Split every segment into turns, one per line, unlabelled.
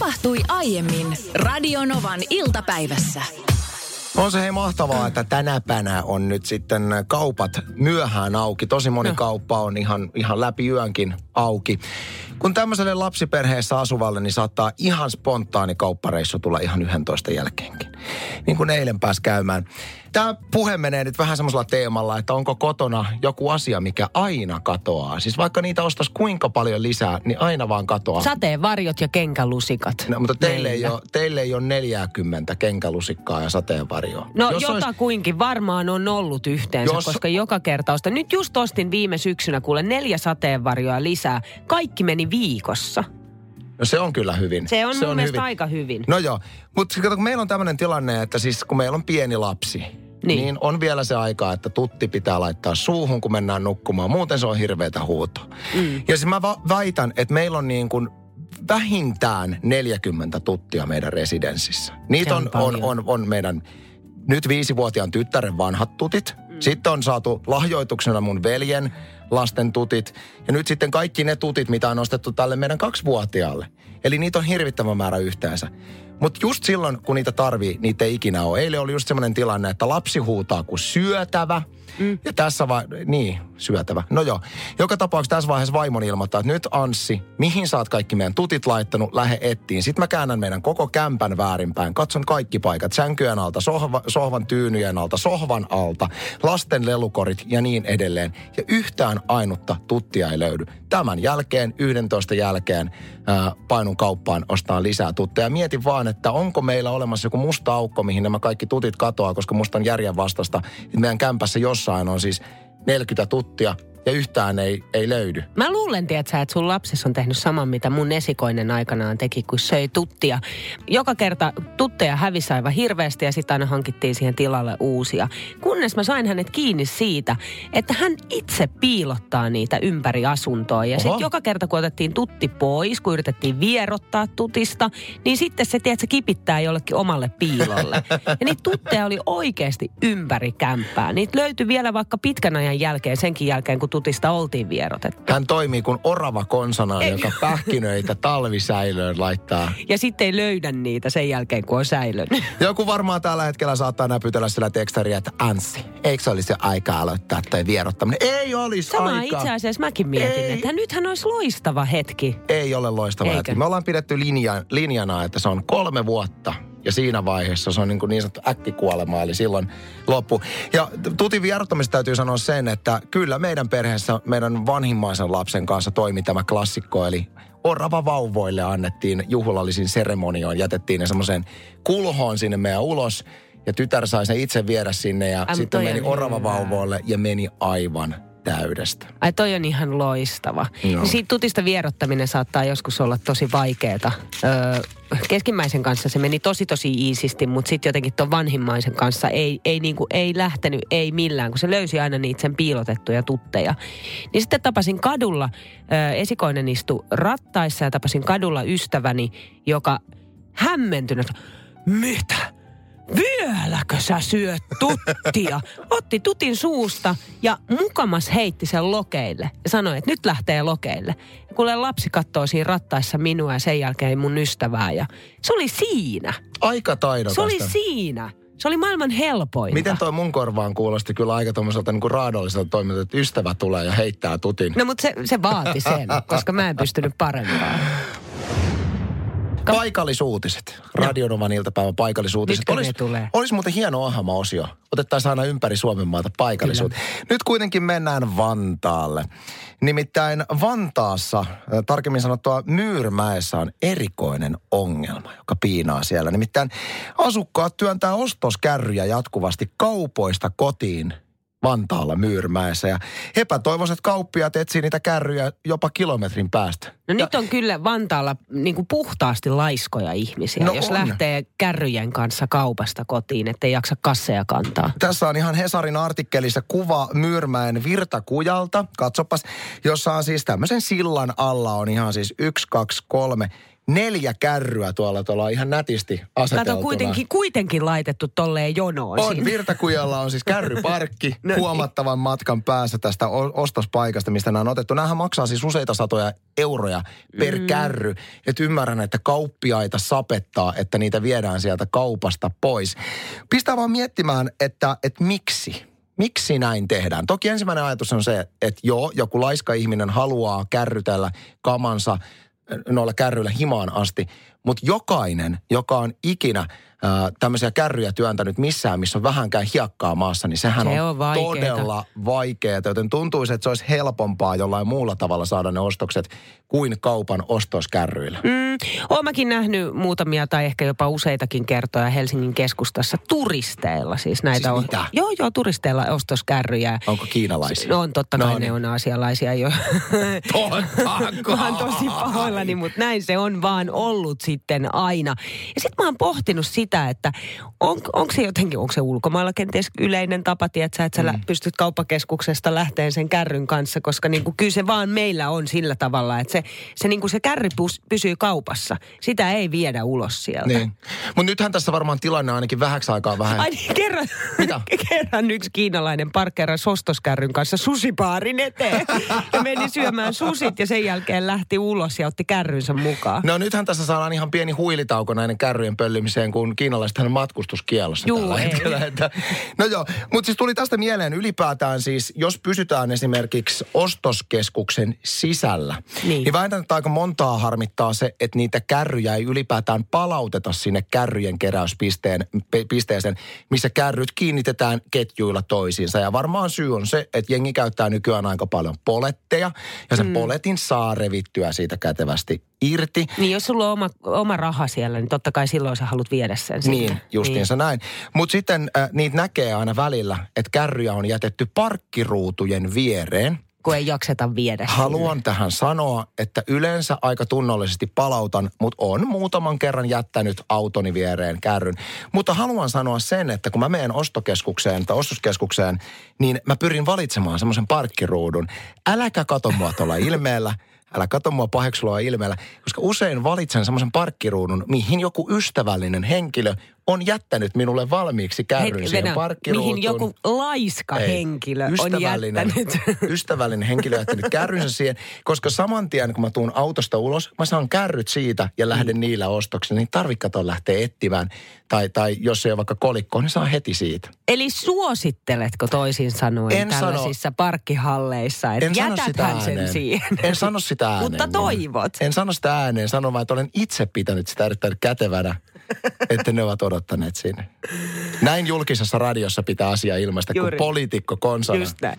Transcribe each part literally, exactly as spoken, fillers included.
tapahtui aiemmin Radionovan iltapäivässä.
On se hei mahtavaa, että tänäpänä on nyt sitten kaupat myöhään auki. Tosi moni no. kauppa on ihan, ihan läpi yönkin auki. Kun tämmöiselle lapsiperheessä asuvalle, niin saattaa ihan spontaani kauppareissu tulla ihan yhdentoista jälkeenkin. Niin kuin eilen pääsi käymään. Tämä puhe menee nyt vähän semmoisella teemalla, että onko kotona joku asia, mikä aina katoaa. Siis vaikka niitä ostaisi kuinka paljon lisää, niin aina vaan katoaa.
Sateenvarjot ja kenkälusikat.
No, mutta teille ei, ole, teille ei ole neljäkymmentä kenkälusikkaa ja sateenvarjoa.
No jos jotakuinkin olisi... varmaan on ollut yhteensä, jos... koska joka kerta ostan. Nyt just ostin viime syksynä kuule neljä sateenvarjoa lisää. Kaikki meni viikossa.
No se on kyllä hyvin.
Se on
se
mun
on
mielestä
hyvin.
aika hyvin.
No joo, mutta kato, kun meillä on tämmöinen tilanne, että siis kun meillä on pieni lapsi, niin. niin on vielä se aika, että tutti pitää laittaa suuhun, kun mennään nukkumaan. Muuten se on hirveätä huutoa. Mm. Ja siis mä va- väitän, että meillä on niin kuin vähintään neljäkymmentä tuttia meidän residenssissä. Niitä on, on, on, on meidän nyt viisivuotiaan tyttären vanhat tutit. Mm. Sitten on saatu lahjoituksena mun veljen lasten tutit. Ja nyt sitten kaikki ne tutit, mitä on ostettu tälle meidän kaksivuotiaalle. Eli niitä on hirvittävä määrä yhteensä. Mutta just silloin, kun niitä tarvii, niitä ei ikinä ole. Eilen oli just semmoinen tilanne, että lapsi huutaa kuin syötävä. Mm. Ja tässä vai... Niin, syötävä. No joo. Joka tapauksessa tässä vaiheessa vaimoni ilmoittaa, että nyt Anssi, mihin sä oot kaikki meidän tutit laittanut, lähde ettiin. Sitten mä käännän meidän koko kämpän väärinpäin. Katson kaikki paikat. Sänkyjen alta, sohva, sohvan tyynyjen alta, sohvan alta, lasten lelukorit ja niin edelleen. Ja yhtään ainutta tuttia ei löydy. Tämän jälkeen, yhdentoista jälkeen, ää, painun kauppaan ostaa lisää tutteja. Mietin vaan, että onko meillä olemassa joku musta aukko, mihin nämä kaikki tutit katoaa, koska musta on järjen vastasta. Että meidän kämpässä jossain on siis neljäkymmentä tuttia ja yhtään ei, ei löydy.
Mä luulen, tietsä, että sun lapsesi on tehnyt saman, mitä mun esikoinen aikanaan teki, kun söi tuttia. Joka kerta tutteja hävisi aivan hirveästi ja sitten aina hankittiin siihen tilalle uusia. Kunnes mä sain hänet kiinni siitä, että hän itse piilottaa niitä ympäri asuntoa. Ja sitten joka kerta, kun otettiin tutti pois, kun yritettiin vierottaa tutista, niin sitten se, tietsä, kipittää jollekin omalle piilolle. Ja niitä tutteja oli oikeasti ympäri kämppää. Niitä löytyi vielä vaikka pitkän ajan jälkeen, senkin jälkeen, kun tutista oltiin vierotettu.
Hän toimii kuin orava konsonaan, joka pähkinöitä talvisäilöön laittaa.
Ja sitten ei löydä niitä sen jälkeen, kun on säilönyt.
Joku varmaan tällä hetkellä saattaa näpytellä sillä tekstariä, että Anssi, eikö olisi aika aloittaa toi vierottaminen? Ei olisi
Sama
aika.
Sama itse asiassa mäkin mietin, ei. Että nythän olisi loistava hetki.
Ei ole loistava Eikö? hetki. Me ollaan pidetty linja, linjana, että se on kolme vuotta. Ja siinä vaiheessa se on niin, kuin niin sanottu äkkikuolema, eli silloin loppu. Ja tutin vierottamista täytyy sanoa sen, että kyllä meidän perheessä, meidän vanhimmaisen lapsen kanssa toimi tämä klassikko, eli orava vauvoille annettiin juhlallisin seremonioon, jätettiin ne semmoiseen kulhoon sinne meidän ulos, ja tytär sai sen itse viedä sinne, ja Äm, sitten meni orava vauvoille ja meni aivan täydestä.
Ai toi on ihan loistava. No. Siitä tutista vierottaminen saattaa joskus olla tosi vaikeeta. Öö, keskimmäisen kanssa se meni tosi tosi iisisti, mutta sitten jotenkin ton vanhimmaisen kanssa ei, ei, niinku, ei lähtenyt, ei millään, kun se löysi aina niitä sen piilotettuja tutteja. Niin sitten tapasin kadulla, öö, esikoinen istui rattaissa ja tapasin kadulla ystäväni, joka hämmentynyt, mitä? Vieläkö sä syöt tuttia? Otti tutin suusta ja mukamas heitti sen lokeille. Ja sanoi, että nyt lähtee lokeille. Ja kuule lapsi katsoo siinä rattaissa minua ja sen jälkeen mun ystävää. Ja se oli siinä.
Aika taidokasta.
Se oli siinä. Se oli maailman helpointa.
Miten toi mun korvaan kuulosti kyllä aika tommoselta niin kuin raadolliselta toiminta, että ystävä tulee ja heittää tutin.
No mutta se, se vaati sen, koska mä en pystynyt parempaan.
Paikallisuutiset. Radionovan iltapäivän paikallisuutiset.
Mitkä
Olis,
ne tulee?
Olisi muuten hieno ohjelma-osio. Otettaisiin aina ympäri Suomen maata paikallisuutta. Nyt kuitenkin mennään Vantaalle. Nimittäin Vantaassa, tarkemmin sanottua Myyrmäessä, on erikoinen ongelma, joka piinaa siellä. Nimittäin asukkaat työntää ostoskärryjä jatkuvasti kaupoista kotiin Vantaalla Myyrmäessä. Ja epätoivoiset kauppiaat etsii niitä kärryjä jopa kilometrin päästä.
No
ja
nyt on kyllä Vantaalla niin kuin puhtaasti laiskoja ihmisiä, no jos on. Lähtee kärryjen kanssa kaupasta kotiin, ettei jaksa kasseja kantaa.
Tässä on ihan Hesarin artikkelissa kuva Myyrmäen virtakujalta. Katsopas, jossa on siis tämmöisen sillan alla on ihan siis yksi, kaksi, kolme, neljä kärryä tuolla, tuolla ihan nätisti aseteltuna.
Kato, kuitenkin, kuitenkin laitettu tolleen jonoon.
On,
siinä.
Virtakujalla on siis kärryparkki
no,
huomattavan matkan päässä tästä ostospaikasta, mistä nämä on otettu. Nämähän maksaa siis useita satoja euroja per mm. kärry. Et ymmärrän, että kauppiaita sapettaa, että niitä viedään sieltä kaupasta pois. Pistää vaan miettimään, että, että miksi? Miksi näin tehdään? Toki ensimmäinen ajatus on se, että joo, joku laiska ihminen haluaa kärrytellä kamansa noilla kärryillä himaan asti, mutta jokainen, joka on ikinä ää, tämmöisiä kärryjä työntänyt missään, missä on vähänkään hiekkaa maassa, niin sehän
se
on,
on
todella vaikeaa, joten tuntuisi, että se olisi helpompaa jollain muulla tavalla saada ne ostokset kuin kaupan ostoskärryillä.
Mm, oon mäkin nähnyt muutamia tai ehkä jopa useitakin kertoja Helsingin keskustassa turisteilla. Siis näitä
siis
on,
mitä?
Joo, joo, turisteilla ostoskärryjä.
Onko kiinalaisia?
No on, totta kai
no,
ne
niin.
on aasialaisia jo.
Tottakaan!
Mä oon tosi pahoillani, mutta näin se on vaan ollut sitten aina. Ja sit mä oon pohtinut sitä, että on, onko se jotenkin, onko se ulkomailla kenties yleinen tapa, tietsä, että sä mm. pystyt kauppakeskuksesta lähteen sen kärryn kanssa, koska niinku, kyllä se vaan meillä on sillä tavalla, että se, se, niinku, se kärry pysyy kaupassa. Sitä ei viedä ulos sieltä.
Niin. Mutta nythän tässä varmaan tilanne ainakin vähäksi aikaa vähän.
Ai niin, kerran, kerran yksi kiinalainen parkkeerasi ostoskärryn kanssa susipaarin eteen. Ja meni syömään susit ja sen jälkeen lähti ulos ja otti kärrynsä mukaan.
No nythän tässä saadaan ihan pieni huilitauko näiden kärryjen pöllimiseen, kun kiinalaisethan on matkustuskielossa
Juu,
tällä
ei.
hetkellä. Että, no joo, mutta siis tuli tästä mieleen ylipäätään siis, jos pysytään esimerkiksi ostoskeskuksen sisällä, niin, niin väitän, että aika montaa harmittaa se, että niitä kärryjä ei ylipäätään palauteta sinne kärryjen keräyspisteen, pisteeseen, missä kärryt kiinnitetään ketjuilla toisiinsa. Ja varmaan syy on se, että jengi käyttää nykyään aika paljon poletteja, ja sen mm. poletin saa revittyä siitä kätevästi irti.
Niin jos sulla on oma, oma raha siellä, niin totta kai silloin sä haluat viedä sen
Niin,
sitten.
justiinsa niin. näin. Mutta sitten äh, niitä näkee aina välillä, että kärryjä on jätetty parkkiruutujen viereen.
Kun ei jakseta viedä.
Haluan
sinne.
tähän sanoa, että yleensä aika tunnollisesti palautan, mutta on muutaman kerran jättänyt autoni viereen kärryn. Mutta haluan sanoa sen, että kun mä menen ostokeskukseen tai ostoskeskukseen, niin mä pyrin valitsemaan semmoisen parkkiruudun. Äläkä kato mua tuolla ilmeellä. Älä katso mua paheksulla ilmeellä, koska usein valitsen semmoisen parkkiruudun, mihin joku ystävällinen henkilö on jättänyt minulle valmiiksi kärryn siihen parkkiruutuun.
Mihin joku laiska Ei, henkilö on jättänyt.
Ystävällinen henkilö on jättänyt kärrynsä siihen, koska saman tien kun mä tuun autosta ulos, mä saan kärryt siitä ja lähden mm. niillä ostoksilla, niin tarvikkaton lähtee etsimään. Tai, tai jos ei ole vaikka kolikkoa, niin saa heti siitä.
Eli suositteletko toisin sanoen
en
tällaisissa
sano,
parkkihalleissa, että jätäthän sen siihen?
En sano sitä ääneen.
Mutta toivot.
En sano sitä ääneen, sanon vaan, että olen itse pitänyt sitä erittäin kätevänä, että ne ovat odottaneet sinne. Näin julkisessa radiossa pitää asia ilmaista, Juuri. Kun poliitikko konsana.
Just näin.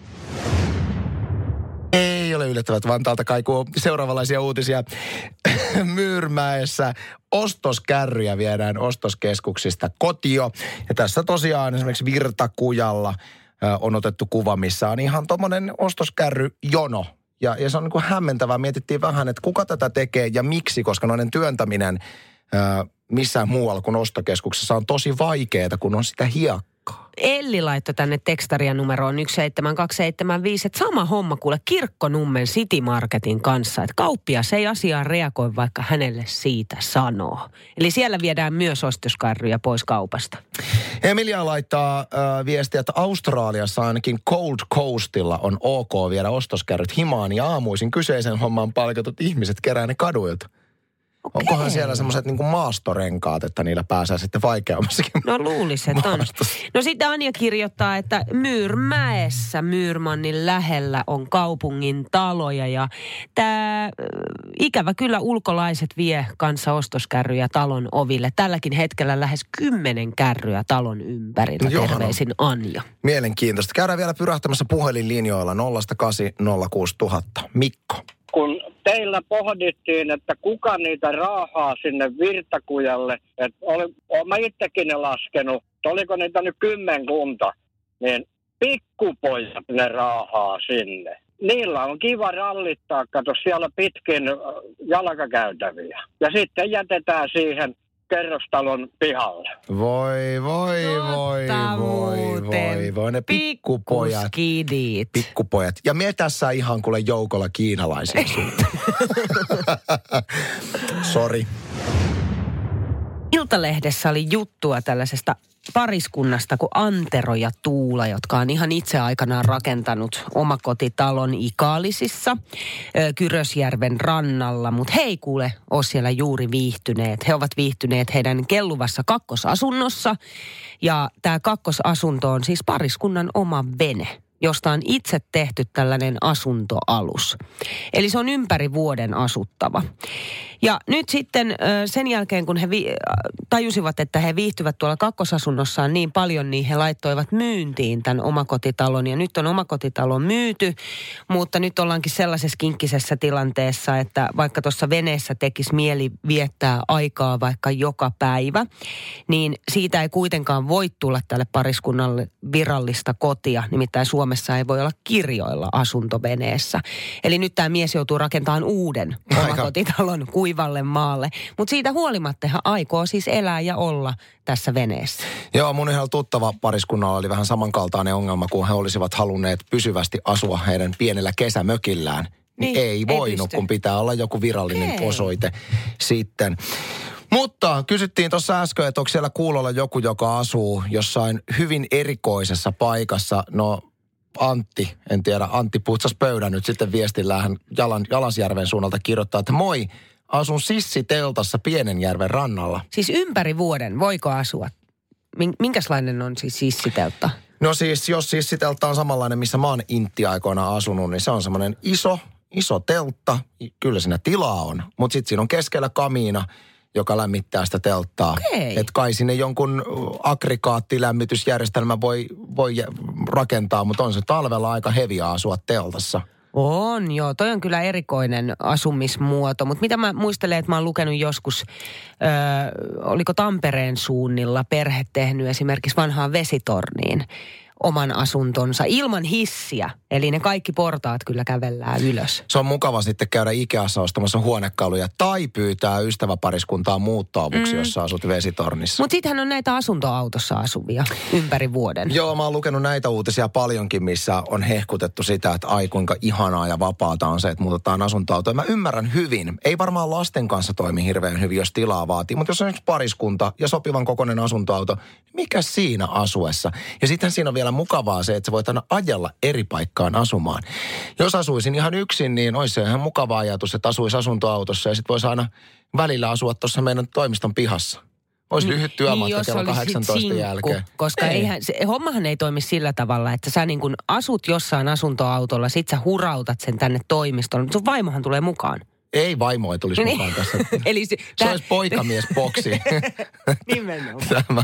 Ei ole yllättävät Vantaalta kaikuu seuraavanlaisia uutisia. Myyrmäessä ostoskärryjä viedään ostoskeskuksista kotio. Ja tässä tosiaan esimerkiksi Virtakujalla on otettu kuva, missä on ihan tommonen ostoskärryjono. Ja, ja se on niin kuin hämmentävää. Mietittiin vähän, että kuka tätä tekee ja miksi, koska noiden työntäminen ää, missään muualla kuin ostokeskuksessa on tosi vaikeaa, kun on sitä hiekkaa.
Elli laittoi tänne tekstaria numeroon yksi seitsemän kaksi seitsemän viisi, että sama homma kuule Kirkkonummen City Marketin kanssa, että kauppias ei asiaan reagoi, vaikka hänelle siitä sanoo. Eli siellä viedään myös ostoskarryjä pois kaupasta.
Emilia laittaa äh, viestiä, että Australiassa ainakin Gold Coastilla on ok viedä ostoskärryt himaan ja aamuisin kyseisen homman palkatut ihmiset kerää ne kaduilta. Okay. Onkohan siellä semmoiset niin kuin maastorenkaat, että niillä pääsee sitten vaikeammassakin.
No luulisi, että on. No sitten Anja kirjoittaa, että Myyrmäessä Myyrmannin lähellä on kaupungin taloja ja tämä ikävä kyllä ulkolaiset vie kanssa ostoskärryjä talon oville. Tälläkin hetkellä lähes kymmenen kärryä talon ympärillä. No, terveisin Anja.
Mielenkiintoista. Käydään vielä pyrähtämässä puhelinlinjoilla nolla kahdeksan nolla kuusi nolla nolla nolla. Mikko.
Kun teillä pohdittiin, että kuka niitä raahaa sinne Virtakujalle, että olen mä itsekin ne laskenut, että oliko niitä nyt kymmenkunta, niin pikkupojat ne raahaa sinne. Niillä on kiva rallittaa, kato siellä pitkin jalkakäytäviä. Ja sitten jätetään siihen kerrostalon pihalle.
Voi, voi, voi, voi, voi, voi, ne pikkupojat.
Pikkuskidit.
Pikkupojat. Ja me tässä ihan kuule joukolla kiinalaisia suhteen. Sori.
Iltalehdessä oli juttua tällaisesta pariskunnasta kuin Antero ja Tuula, jotka on ihan itse aikanaan rakentanut omakotitalon Ikaalisissa Kyrösjärven rannalla. Mutta he ei kuule ole siellä juuri viihtyneet. He ovat viihtyneet heidän kelluvassa kakkosasunnossa. Ja tämä kakkosasunto on siis pariskunnan oma vene, josta on itse tehty tällainen asuntoalus. Eli se on ympäri vuoden asuttava. Ja nyt sitten sen jälkeen, kun he vi- tajusivat, että he viihtyvät tuolla kakkosasunnossaan niin paljon, niin he laittoivat myyntiin tämän omakotitalon. Ja nyt on omakotitalo myyty, mutta nyt ollaankin sellaisessa kinkkisessä tilanteessa, että vaikka tuossa veneessä tekisi mieli viettää aikaa vaikka joka päivä, niin siitä ei kuitenkaan voi tulla tälle pariskunnalle virallista kotia. Nimittäin Suomessa ei voi olla kirjoilla asuntoveneessä. Eli nyt tämä mies joutuu rakentamaan uuden omakotitalon kuivalle maalle. Mutta siitä huolimatta hän aikoo siis elää ja olla tässä veneessä.
Joo, mun ihan tuttava pariskunnalla oli vähän samankaltainen ongelma, kun he olisivat halunneet pysyvästi asua heidän pienellä kesämökillään. Niin, niin ei voinut, ei kun pitää olla joku virallinen Hei. osoite sitten. Mutta kysyttiin tuossa äsken, että onko siellä kuulolla joku, joka asuu jossain hyvin erikoisessa paikassa. No Antti, en tiedä, Antti putsas pöydän nyt sitten viestillään Jalan, Jalasjärven suunnalta kirjoittaa, että moi, asun Sissiteltassa Pienenjärven rannalla.
Siis ympäri vuoden, voiko asua? Minkälainen on siis Sissiteltta?
No siis, jos Sissiteltta on samanlainen, missä mä oon intti-aikoina asunut, niin se on semmoinen iso, iso teltta. Kyllä siinä tilaa on, mutta sitten siinä on keskellä kamiina, joka lämmittää sitä telttaa. Että kai sinne jonkun aggregaattilämmitysjärjestelmä voi, voi rakentaa, mutta on se talvella aika heviä asua teltassa.
On, joo. Toi on kyllä erikoinen asumismuoto. Mutta mitä mä muistelen, että mä oon lukenut joskus, öö, oliko Tampereen suunnilla perhe tehnyt esimerkiksi vanhaan vesitorniin oman asuntonsa ilman hissiä. Eli ne kaikki portaat kyllä kävellään ylös.
Se on mukava sitten käydä Ikeassa ostamassa huonekaluja tai pyytää ystäväpariskuntaa muuttoavuksi, mm. jos asut vesitornissa.
Mutta sittenhän on näitä asuntoautossa asuvia ympäri vuoden.
Joo, mä oon lukenut näitä uutisia paljonkin, missä on hehkutettu sitä, että ai kuinka ihanaa ja vapaata on se, että muutetaan asuntoautoja. Mä ymmärrän hyvin. Ei varmaan lasten kanssa toimi hirveän hyvin, jos tilaa vaatii. Mutta jos on yksi pariskunta ja sopivan kokoinen asuntoauto, mikä siinä asuessa? Ja sitten siinä on vielä mukavaa se, että sä voit aina ajella eri paikkaan asumaan. Jos asuisin ihan yksin, niin olisi se ihan mukava ajatus, että asuisi asuntoautossa ja sitten voisi aina välillä asua tuossa meidän toimiston pihassa. Olisi lyhyt työmatka niin, kello kahdeksantoista sinkku, jälkeen.
Koska ei. eihän, se, hommahan ei toimi sillä tavalla, että sä niin kuin asut jossain asuntoautolla, sit sä hurautat sen tänne toimistoon. Sun vaimohan tulee mukaan.
Ei vaimo ei tulisi mukaan tässä.
Eli se,
se tää... olisi poikamiesboksi.
Nimenomaan. Tämä.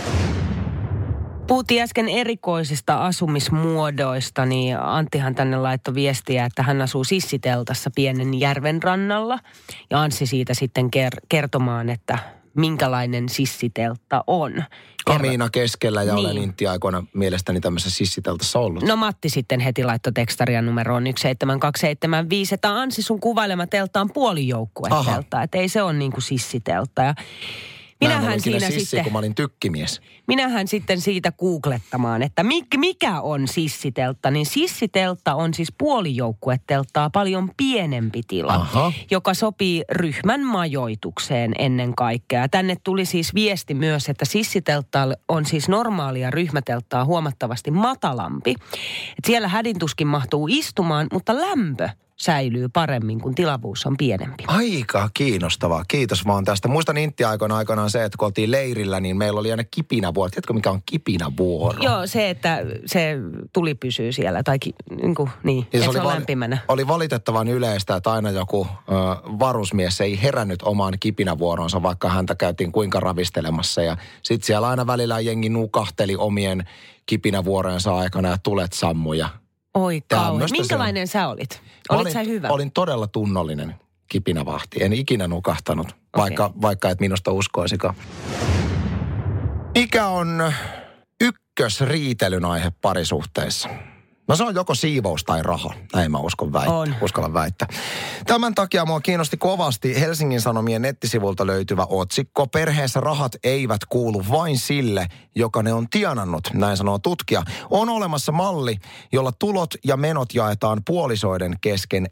Puhuttiin äsken erikoisista asumismuodoista, niin Anttihan tänne laittoi viestiä, että hän asuu Sissiteltassa Pienenjärven rannalla. Ja Anssi siitä sitten ker- kertomaan, että minkälainen Sissiteltta on.
Kamiina keskellä ja niin. Olen intti-aikoina mielestäni tämmöisessä Sissiteltassa ollut.
No Matti sitten heti laittoi tekstaria numeroon yksi seitsemän kaksi seitsemän viisi, että Anssi sun kuvailema teltta on puolijoukkueteltta, että ei se ole niin kuin Sissiteltta. Ja minähän siinä
sissi,
sitten,
kun mä olin tykkimies.
Minähän sitten siitä googlettamaan, että mikä on Sissiteltta. Niin Sissiteltta on siis puolijoukkuetelttaa paljon pienempi tila, Aha. joka sopii ryhmän majoitukseen ennen kaikkea. Tänne tuli siis viesti myös, että Sissiteltta on siis normaalia ryhmätelttaa huomattavasti matalampi. Et siellä hädintuskin mahtuu istumaan, mutta lämpö säilyy paremmin, kun tilavuus on pienempi.
Aika kiinnostavaa. Kiitos vaan tästä. Muistan intti-aikoina aikanaan se, että kun oltiin leirillä, niin meillä oli aina kipinävuoro. Tiedätkö, mikä on kipinävuoro?
Joo, se, että se tuli pysyy siellä. Tai ki, niin, kuin, niin että se, se on lämpimänä.
Oli valitettavan yleistä, että aina joku ö, varusmies ei herännyt omaan kipinävuoronsa, vaikka häntä käytiin kuinka ravistelemassa. Ja sitten siellä aina välillä jengi nukahteli omien kipinävuorojensa aikana ja tulet sammuja.
Oi kauan. Minkälainen sä olit? Olit
olin,
sä hyvä?
Olin todella tunnollinen kipinävahti. En ikinä nukahtanut, okay. vaikka, vaikka et minusta uskoisikaan. Mikä on ykkösriitelyn aihe parisuhteissa? No se on joko siivous tai raha, näin mä uskon väittää.
On.
Uskallan väittää. Tämän takia mua kiinnosti kovasti Helsingin Sanomien nettisivulta löytyvä otsikko. Perheessä rahat eivät kuulu vain sille, joka ne on tienannut, näin sanoo tutkija. On olemassa malli, jolla tulot ja menot jaetaan puolisoiden kesken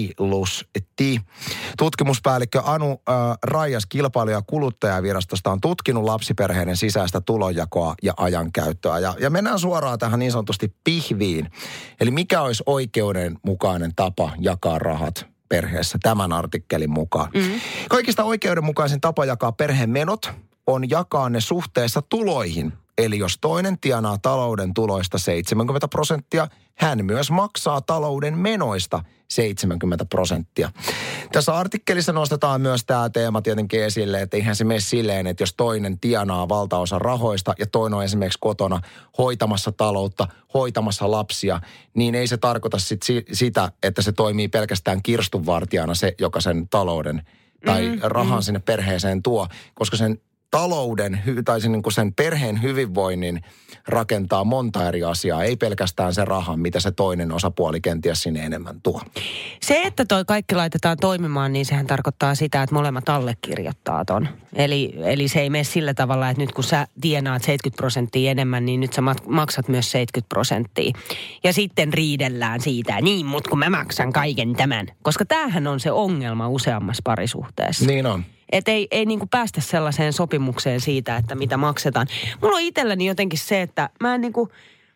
reilusti. Tutkimuspäällikkö Anu äh, Raijas Kilpailu- ja kuluttajavirastosta on tutkinut lapsiperheiden sisäistä tulonjakoa ja ajankäyttöä. Ja, ja mennään suoraan tähän niin sanotusti pihviin. Eli mikä olisi oikeudenmukainen tapa jakaa rahat perheessä tämän artikkelin mukaan? Mm-hmm. Kaikista oikeudenmukaisin tapa jakaa perheen menot on jakaa ne suhteessa tuloihin. Eli jos toinen tienaa talouden tuloista seitsemänkymmentä prosenttia, hän myös maksaa talouden menoista seitsemänkymmentä prosenttia. Tässä artikkelissa nostetaan myös tämä teema tietenkin esille, että eihän se mene silleen, että jos toinen tienaa valtaosa rahoista ja toinen on esimerkiksi kotona hoitamassa taloutta, hoitamassa lapsia, niin ei se tarkoita sit si- sitä, että se toimii pelkästään kirstunvartijana se, joka sen talouden tai mm, rahan mm. sinne perheeseen tuo, koska sen talouden tai sen, niin kuin sen perheen hyvinvoinnin rakentaa monta eri asiaa, ei pelkästään se raha, mitä se toinen osapuoli kenties sinne enemmän tuo.
Se, että toi kaikki laitetaan toimimaan, niin sehän tarkoittaa sitä, että molemmat allekirjoittaa ton. Eli, eli se ei mene sillä tavalla, että nyt kun sä tienaat seitsemänkymmentä prosenttia enemmän, niin nyt sä maksat myös seitsemänkymmentä prosenttia. Ja sitten riidellään siitä, niin, mutta kun mä maksan kaiken tämän. Koska tämähän on se ongelma useammassa parisuhteessa.
Niin on.
Että ei, ei niinku päästä sellaiseen sopimukseen siitä, että mitä maksetaan. Mulla on itselläni jotenkin se, että mä en niinku,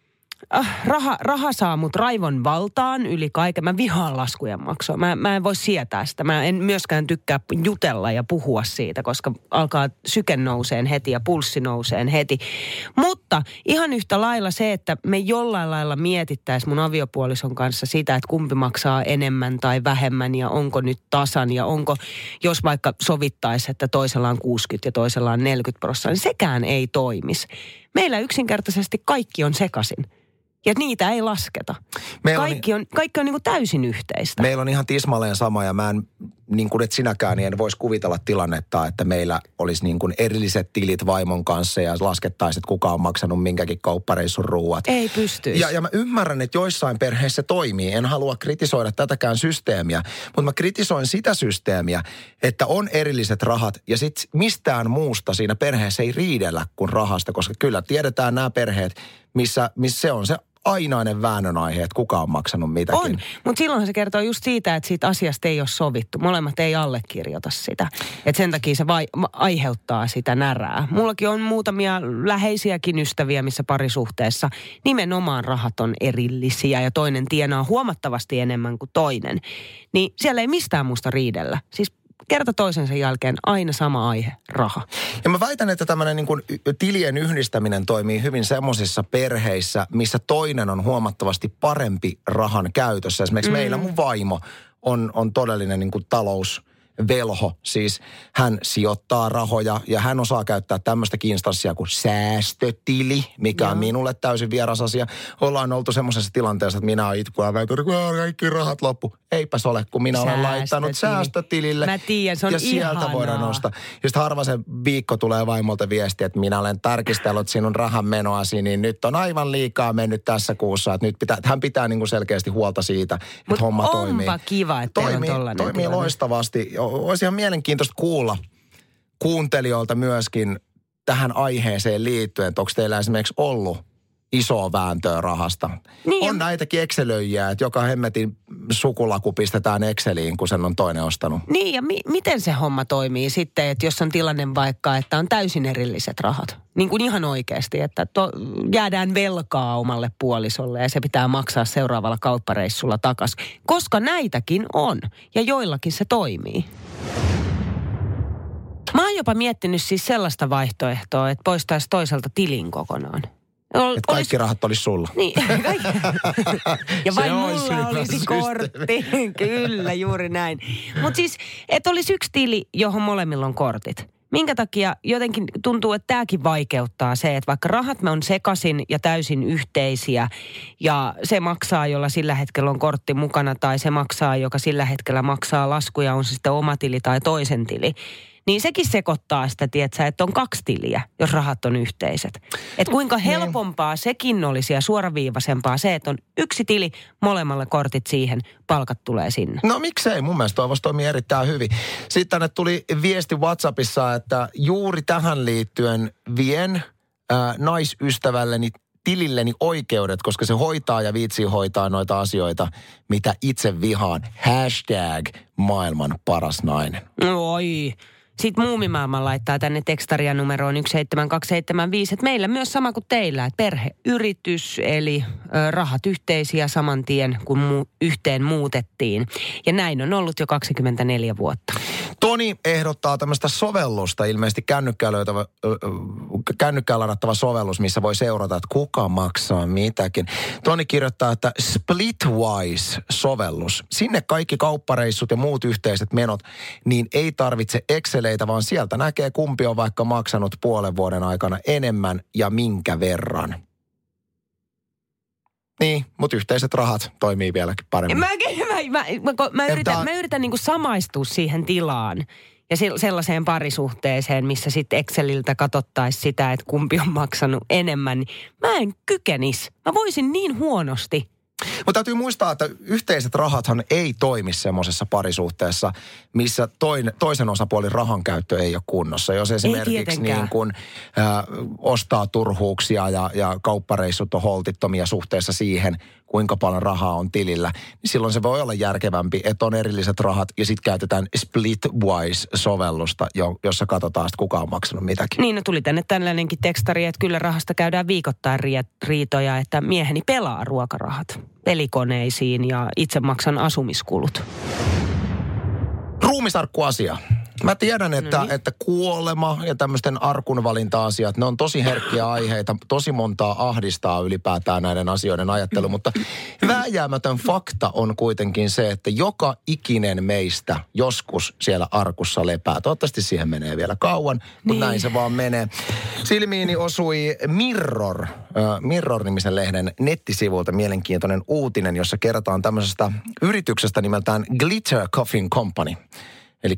äh, raha, raha saa mut raivon valtaan yli kaiken. Mä vihaan laskujen maksua. Mä, mä en voi sietää sitä. Mä en myöskään tykkää jutella ja puhua siitä, koska alkaa syke nouseen heti ja pulssi nouseen heti. Mutta ihan yhtä lailla se, että me jollain lailla mietittäisiin mun aviopuolison kanssa sitä, että kumpi maksaa enemmän tai vähemmän ja onko nyt tasan ja onko, jos vaikka sovittaisi, että toisella on kuusikymmentä ja toisella on neljäkymmentä prosenttia, niin sekään ei toimisi. Meillä yksinkertaisesti kaikki on sekaisin. Ja niitä ei lasketa. Kaikki on, kaikki on niin kuin täysin yhteistä.
Meillä on ihan tismalleen sama ja mä en, niin kuin et sinäkään, niin en voisi kuvitella tilannetta, että meillä olisi niin kuin erilliset tilit vaimon kanssa ja laskettaisiin, että kuka on maksanut minkäkin kauppareissun ruuat.
Ei pystyisi.
Ja, ja mä ymmärrän, että joissain perheissä toimii. En halua kritisoida tätäkään systeemiä, mutta mä kritisoin sitä systeemiä, että on erilliset rahat ja sitten mistään muusta siinä perheessä ei riidellä kuin rahasta, koska kyllä tiedetään nämä perheet, missä, missä se on se ainainen väännön aihe, että kuka on maksanut mitäkin.
On, mutta silloin se kertoo just siitä, että siitä asiasta ei ole sovittu. Molemmat ei allekirjoita sitä. Että sen takia se vai, aiheuttaa sitä närää. Mullakin on muutamia läheisiäkin ystäviä, missä parisuhteessa nimenomaan rahat on erillisiä ja toinen tienaa huomattavasti enemmän kuin toinen. Niin siellä ei mistään muusta riidellä. Siis kerta toisensa jälkeen aina sama aihe, raha.
Ja mä väitän, että tämmöinen niin kuin tilien yhdistäminen toimii hyvin semmoisissa perheissä, missä toinen on huomattavasti parempi rahan käytössä. Esimerkiksi mm. meillä mun vaimo on, on todellinen niin kuin talousvelho. Siis hän sijoittaa rahoja ja hän osaa käyttää tämmöistäkin instanssia kuin säästötili, mikä Joo. on minulle täysin vieras asia. Ollaan oltu semmoisessa tilanteessa, että minä olen itkua väitynyt, kun kaikki rahat loppu. Eipäs ole, kun minä olen laittanut säästötilille.
Mä tiedän, se on
ja sieltä
ihanaa.
voidaan nostaa. Just harva se viikko tulee vaimolta viesti, että minä olen tarkistellut sinun rahan menoasi, niin nyt on aivan liikaa mennyt tässä kuussa. Että nyt pitää, hän pitää niin kuin selkeästi huolta siitä, että
Mut
homma toimii.
Onpa kiva, että
toimii,
on tollainen
toimii
tilanne.
Loistavasti. Olisi ihan mielenkiintoista kuulla kuuntelijoilta myöskin tähän aiheeseen liittyen, että onko teillä esimerkiksi ollut isoa vääntöä rahasta. Niin, on näitäkin Excelöijiä, että joka hemmetin sukulaku pistetään Exceliin, kun sen on toinen ostanut.
Niin, ja mi- miten se homma toimii sitten, että jos on tilanne vaikka, että on täysin erilliset rahat. Niin kuin ihan oikeasti, että to- jäädään velkaa omalle puolisolle ja se pitää maksaa seuraavalla kauppareissulla takaisin. Koska näitäkin on ja joillakin se toimii. Mä oon jopa miettinyt siis sellaista vaihtoehtoa, että poistaisi toiselta tilin kokonaan.
Ol, että kaikki olis... rahat olisi sulla.
Niin, kaikki. Ja vain mulla olisi kortti. Kyllä, juuri näin. Mutta siis, että olisi yksi tili, johon molemmilla on kortit. Minkä takia jotenkin tuntuu, että tämäkin vaikeuttaa se, että vaikka rahat me on sekaisin ja täysin yhteisiä ja se maksaa, jolla sillä hetkellä on kortti mukana tai se maksaa, joka sillä hetkellä maksaa laskuja, on se sitten oma tili tai toisen tili, niin sekin sekoittaa sitä, tietsä, että on kaksi tiliä, jos rahat on yhteiset. Että kuinka helpompaa sekin olisi ja suoraviivaisempaa se, että on yksi tili, molemmalle kortit siihen, palkat tulee sinne.
No miksei, mun mielestä toivossa toimii erittäin hyvin. Sitten tänne tuli viesti WhatsAppissa, että juuri tähän liittyen vien äh, naisystävälleni tililleni oikeudet, koska se hoitaa ja viitsii hoitaa noita asioita, mitä itse vihaan. Hashtag maailman paras nainen.
Oi. Sitten Muumimaailma laittaa tänne tekstaria numeroon yksi seitsemän kaksi seitsemän viisi, että meillä myös sama kuin teillä, että perheyritys, eli ö, rahat yhteisiä saman tien, kun mu- yhteen muutettiin. Ja näin on ollut jo kaksikymmentäneljä vuotta.
Toni ehdottaa tämmöistä sovellusta, ilmeisesti kännykkää löytävä, kännykkää ladattava sovellus, missä voi seurata, että kuka maksaa mitäkin. Toni kirjoittaa, että Splitwise-sovellus. Sinne kaikki kauppareissut ja muut yhteiset menot, niin ei tarvitse Exceleitä, vaan sieltä näkee, kumpi on vaikka maksanut puolen vuoden aikana enemmän ja minkä verran. Niin, mutta yhteiset rahat toimii vieläkin paremmin.
Mä, mä, mä, mä, mä yritän, Entä... mä yritän niinku samaistua siihen tilaan ja sellaiseen parisuhteeseen, missä sitten Exceliltä katsottaisiin sitä, että kumpi on maksanut enemmän. Mä en kykenisi. Mä voisin niin huonosti.
Mutta täytyy muistaa, että yhteiset rahathan ei toimi semmoisessa parisuhteessa, missä toin, toisen osapuolin rahan käyttö ei ole kunnossa. Jos esimerkiksi niin kun, ä, ostaa turhuuksia ja, ja kauppareissut on holtittomia suhteessa siihen, kuinka paljon rahaa on tilillä, niin silloin se voi olla järkevämpi, että on erilliset rahat ja sitten käytetään Splitwise-sovellusta, jossa katsotaan, että kuka on maksanut mitäkin.
Niin, no tuli tänne tällainenkin tekstari, että kyllä rahasta käydään viikoittain riitoja, että mieheni pelaa ruokarahat pelikoneisiin ja itse maksan asumiskulut.
Ruumisarkkuasia. Mä tiedän, että, no niin. että kuolema ja tämmöisten arkunvalinta-asiat, ne on tosi herkkiä aiheita. Tosi montaa ahdistaa ylipäätään näiden asioiden ajattelu, mutta vääjäämätön fakta on kuitenkin se, että joka ikinen meistä joskus siellä arkussa lepää. Toivottavasti siihen menee vielä kauan, mutta niin. näin se vaan menee. Silmiini osui Mirror, äh, Mirror-nimisen lehden nettisivulta mielenkiintoinen uutinen, jossa kerrotaan tämmöisestä yrityksestä nimeltään Glitter Coffin Company. Eli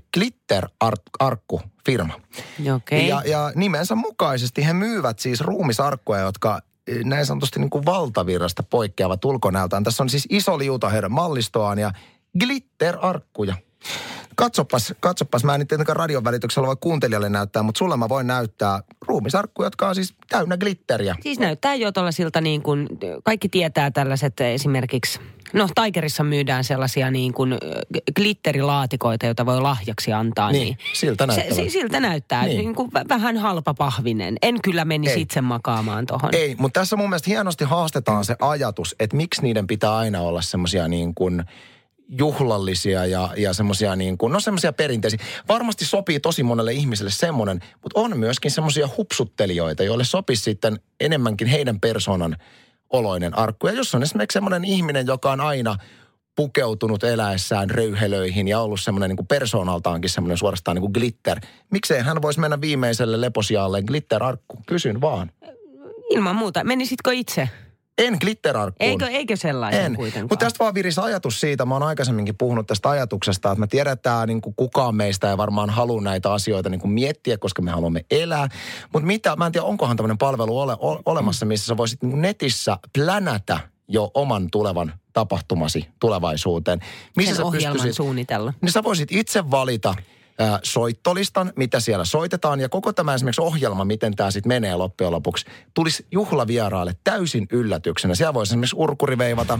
Glitter-arkku-firma.
Okay.
Ja, ja nimensä mukaisesti he myyvät siis ruumisarkkuja, jotka näin sanotusti niin kuin valtavirrasta poikkeavat ulkonäöltään. Tässä on siis iso liuta heidän mallistoaan ja glitter-arkkuja. Katsopas, katsopas, mä en nyt tietenkään radion välityksellä voi kuuntelijalle näyttää, mutta sulle mä voin näyttää ruumisarkkuja, jotka on siis täynnä glitteriä.
Siis näyttää jo tuollaisilta niin kuin, kaikki tietää tällaiset esimerkiksi, no Tigerissa myydään sellaisia niin kuin glitterilaatikoita, joita voi lahjaksi antaa.
Niin, niin siltä näyttää.
Se, siltä näyttää, niin. Niin kuin vähän halpapahvinen. En kyllä menisi itse makaamaan tohon.
Ei, mutta tässä mun mielestä hienosti haastetaan se ajatus, että miksi niiden pitää aina olla semmoisia niin kuin juhlallisia ja, ja semmoisia niin kuin, no semmoisia perinteisiä. Varmasti sopii tosi monelle ihmiselle semmoinen, mutta on myöskin semmoisia hupsuttelijoita, joille sopisi sitten enemmänkin heidän persoonan oloinen arkku. Ja jos on esimerkiksi semmoinen ihminen, joka on aina pukeutunut eläessään röyhelöihin ja ollut semmoinen niin kuin persoonaltaankin semmoinen suorastaan niin kuin glitter. Miksei hän voisi mennä viimeiselle leposiaalle glitter-arkku? Kysyn vaan.
Ilman muuta. Menisitkö itse?
En glitterarkkuun.
Eikö, eikö sellaisen en. kuitenkaan?
Mutta tästä vaan virisi ajatus siitä, mä oon aikaisemminkin puhunut tästä ajatuksesta, että me tiedetään niin kuin kukaan meistä ei varmaan halua näitä asioita niin kuin miettiä, koska me haluamme elää. Mutta mitä, mä en tiedä, onkohan tämmöinen palvelu ole, ole, olemassa, missä sä voisit niin kuin netissä plänätä jo oman tulevan tapahtumasi tulevaisuuteen. Missä
sen ohjelman pystyisit, suunnitella.
Niin sä voisit itse valita Ää, soittolistan, mitä siellä soitetaan ja koko tämä esimerkiksi ohjelma, miten tämä sitten menee loppujen lopuksi, tulisi juhlavieraille täysin yllätyksenä. Siellä voisi esimerkiksi urkuri veivata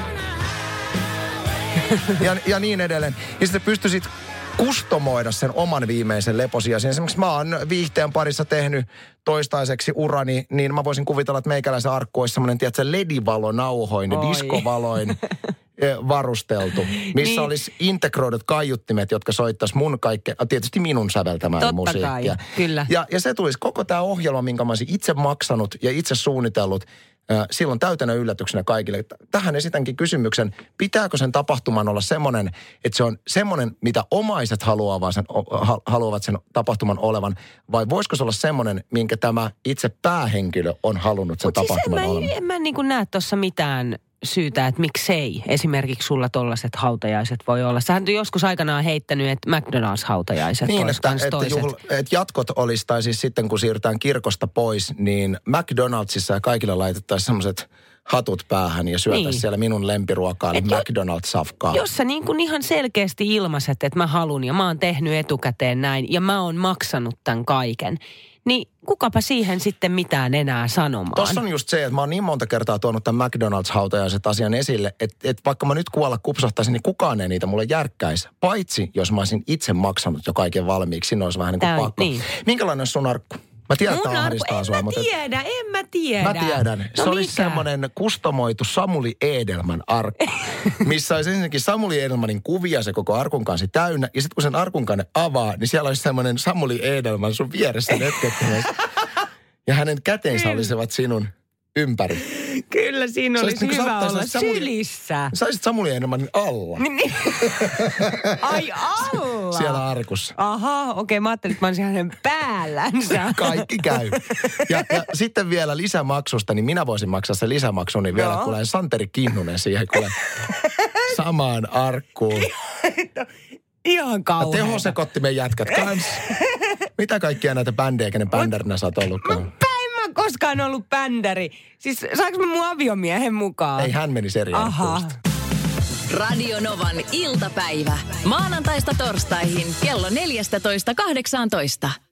ja, ja niin edelleen. Ja sitten pystyisit kustomoida sen oman viimeisen leposiasi. Esimerkiksi mä oon viihteen parissa tehnyt toistaiseksi urani, niin mä voisin kuvitella, että meikäläisen arkku olisi semmoinen, tiedätkö, ledivalo-nauhoin, diskovaloin varusteltu, missä niin. olisi integroidut kaiuttimet, jotka soittaisi mun kaikkea, tietysti minun säveltämään musiikkia.
Kai, kyllä.
Ja, ja se tulisi koko tämä ohjelma, minkä mä olisin itse maksanut ja itse suunnitellut, äh, silloin täytänä yllätyksenä kaikille. Tähän esitänkin kysymyksen, pitääkö sen tapahtuman olla semmoinen, että se on semmoinen, mitä omaiset haluavat sen, haluavat sen tapahtuman olevan, vai voisiko se olla semmoinen, minkä tämä itse päähenkilö on halunnut sen Mut tapahtuman
siis
olevan?
En mä, en mä niin kuin näe tuossa mitään syytä, että miksei esimerkiksi sulla tollaiset hautajaiset voi olla. Sähän on joskus aikanaan heittänyt, että McDonald's-hautajaiset
niin,
olisi
että,
kans
että,
toiset.
juhl, että jatkot olisi, tai siis sitten kun siirrytään kirkosta pois, niin McDonald'sissa ja kaikille laitettaisiin semmoiset hatut päähän ja syötäisiin niin. siellä minun lempiruokaa, eli McDonald's-safkaa.
Jos sä niin kuin ihan selkeästi ilmaiset, että mä halun ja mä oon tehnyt etukäteen näin ja mä oon maksanut tämän kaiken, niin kukapa siihen sitten mitään enää sanomaan.
Tossa on just se, että mä oon niin monta kertaa tuonut tämän McDonald's-hautajaiset asian esille, että, että vaikka mä nyt kuolla kupsahtaisin, niin kukaan ei niitä mulle järkkäisi. Paitsi jos mä olisin itse maksanut jo kaiken valmiiksi, siinä olisi vähän niin kuin pakko. Niin. Minkälainen on sun arkku? Mä tiedän, että ahdistaa sua,
mutta... En mä tiedä, en mä tiedä.
Mä tiedän. No se olisi semmoinen kustomoitu Samuli Edelman arkku, missä olisi ensinnäkin Samuli Edelmanin kuvia se koko arkun kanssa täynnä. Ja sitten kun sen arkun kanne avaa, niin siellä olisi semmoinen Samuli Edelman sun vieressä netkettämässä. Ja hänen käteensä olisivat sinun ympäri.
Kyllä siinä olisi niin hyvä olla Samuli, sylissä.
Sä olisit Samuli Edelmanin alla.
Niin. Ai alla?
Siellä arkussa.
Aha, okei. Okay, mä ajattelin, että mä olisin hänen päällänsä.
Kaikki käy. Ja, ja sitten vielä lisämaksusta, niin minä voisin maksaa sen lisämaksun, niin vielä kuulee Santeri Kinnunen siihen kuulee samaan arkkuun.
Ihan kauheeta.
Tehosekottimen jätkät kans. Mitä kaikkia näitä bändejä, kenen bändärinä sä oot ollutkaan?
Koskaan ollut bändäri. Siis saanko mä mun aviomiehen mukaan?
Ei, hän meni eri arkkuusta.
Radio Novan iltapäivä. Maanantaista torstaihin kello neljätoista kahdeksantoista.